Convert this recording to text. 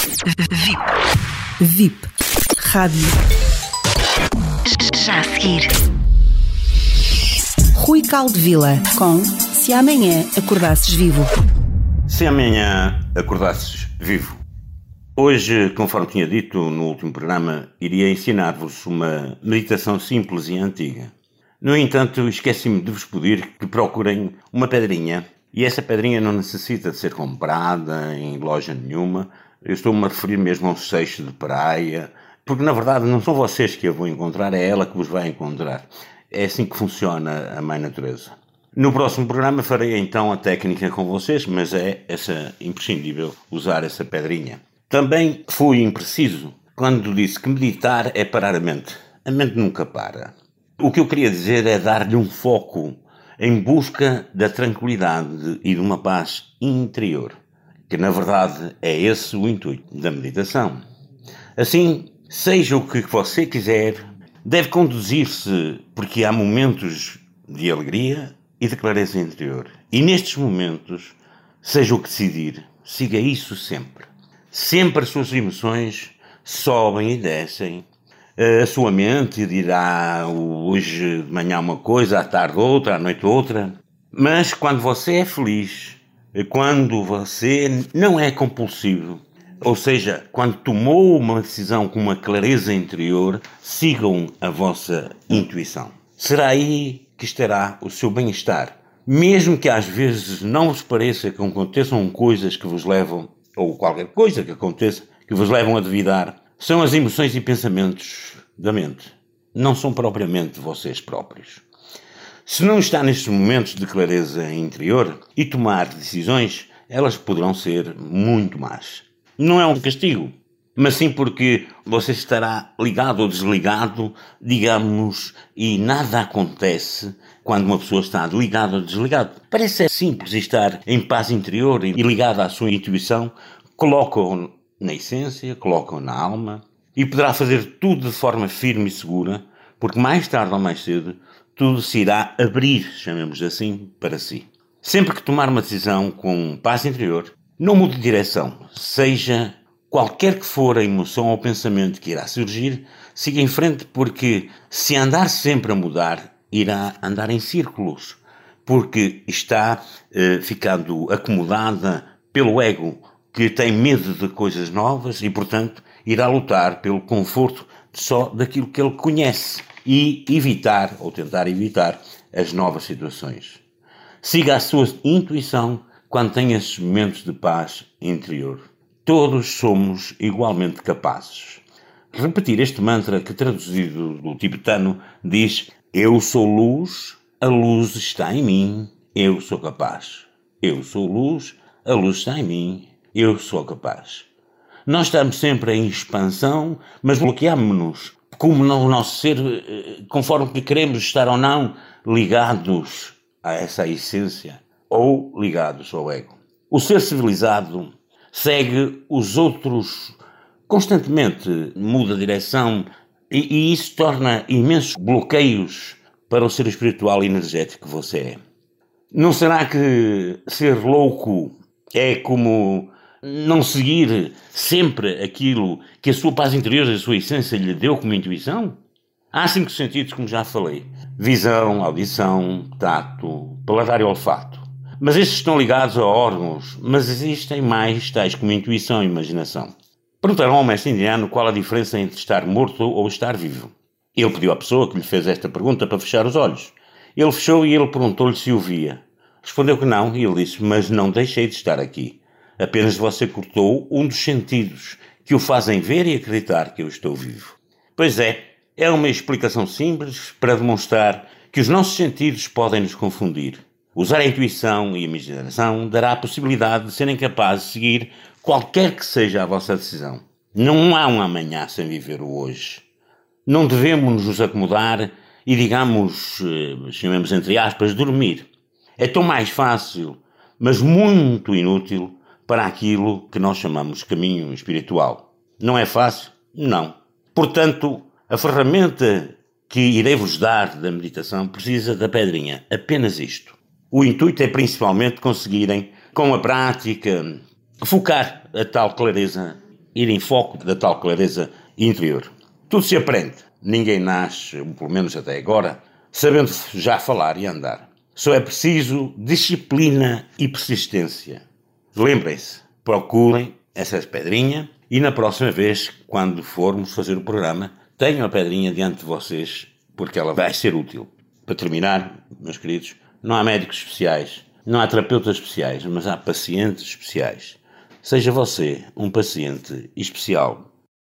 VIP. Rádio. Já a seguir. Rui Caldevila com Se Amanhã Acordasses Vivo. Se amanhã acordasses vivo. Hoje, conforme tinha dito no último programa, iria ensinar-vos uma meditação simples e antiga. No entanto, esqueci-me de vos pedir que procurem uma pedrinha. E essa pedrinha não necessita de ser comprada em loja nenhuma. Eu estou-me a referir mesmo a um seixo de praia, porque na verdade não são vocês que a vão encontrar, é ela que vos vai encontrar. É assim que funciona a Mãe Natureza. No próximo programa farei então a técnica com vocês, mas é imprescindível usar essa pedrinha. Também fui impreciso quando disse que meditar é parar a mente. A mente nunca para. O que eu queria dizer é dar-lhe um foco em busca da tranquilidade e de uma paz interior, que na verdade é esse o intuito da meditação. Assim, seja o que você quiser, deve conduzir-se porque há momentos de alegria e de clareza interior. E nestes momentos, seja o que decidir, siga isso sempre. Sempre as suas emoções sobem e descem. A sua mente dirá hoje de manhã uma coisa, à tarde outra, à noite outra. Mas quando você é feliz, quando você não é compulsivo, ou seja, quando tomou uma decisão com uma clareza interior, sigam a vossa intuição. Será aí que estará o seu bem-estar. Mesmo que às vezes não vos pareça que aconteçam coisas que vos levam, ou qualquer coisa que aconteça, que vos levam a duvidar, são as emoções e pensamentos da mente. Não são propriamente vocês próprios. Se não está nestes momentos de clareza interior e tomar decisões, elas poderão ser muito más. Não é um castigo, mas sim porque você estará ligado ou desligado, digamos, e nada acontece quando uma pessoa está ligada ou desligada. Parece ser simples estar em paz interior e ligado à sua intuição, colocam na essência, colocam na alma e poderá fazer tudo de forma firme e segura, porque mais tarde ou mais cedo tudo se irá abrir, chamemos assim, para si. Sempre que tomar uma decisão com paz interior, não mude de direção, seja qualquer que for a emoção ou pensamento que irá surgir, siga em frente, porque se andar sempre a mudar, irá andar em círculos, porque está ficando acomodada pelo ego, que tem medo de coisas novas e, portanto, irá lutar pelo conforto só daquilo que ele conhece e evitar, ou tentar evitar, as novas situações. Siga a sua intuição quando tem esses momentos de paz interior. Todos somos igualmente capazes. Repetir este mantra que, traduzido do tibetano, diz: eu sou luz, a luz está em mim, eu sou capaz. Eu sou luz, a luz está em mim, eu sou capaz. Nós estamos sempre em expansão, mas bloqueamos-nos, como no nosso ser, conforme que queremos estar ou não, ligados a essa essência, ou ligados ao ego. O ser civilizado segue os outros constantemente, muda de direção, e isso torna imensos bloqueios para o ser espiritual e energético que você é. Não será que ser louco é como não seguir sempre aquilo que a sua paz interior, a sua essência lhe deu como intuição? Há 5 sentidos, como já falei: visão, audição, tato, paladar e olfato. Mas estes estão ligados a órgãos, mas existem mais tais como intuição e imaginação. Perguntaram ao mestre indiano qual a diferença entre estar morto ou estar vivo. Ele pediu à pessoa que lhe fez esta pergunta para fechar os olhos. Ele fechou e ele perguntou-lhe se o via. Respondeu que não, e ele disse: mas não deixei de estar aqui. Apenas você cortou um dos sentidos que o fazem ver e acreditar que eu estou vivo. Pois é uma explicação simples para demonstrar que os nossos sentidos podem nos confundir. Usar a intuição e a imaginação dará a possibilidade de serem capazes de seguir qualquer que seja a vossa decisão. Não há um amanhã sem viver o hoje. Não devemos nos acomodar e, digamos, chamemos entre aspas, dormir. É tão mais fácil, mas muito inútil, para aquilo que nós chamamos caminho espiritual. Não é fácil? Não. Portanto, a ferramenta que irei-vos dar da meditação precisa da pedrinha. Apenas isto. O intuito é principalmente conseguirem, com a prática, focar a tal clareza ir em foco da tal clareza interior. Tudo se aprende. Ninguém nasce, pelo menos até agora, sabendo já falar e andar. Só é preciso disciplina e persistência. Lembrem-se, procurem essa pedrinha e na próxima vez, quando formos fazer o programa, tenham a pedrinha diante de vocês, porque ela vai ser útil. Para terminar, meus queridos, não há médicos especiais, não há terapeutas especiais, mas há pacientes especiais. Seja você um paciente especial.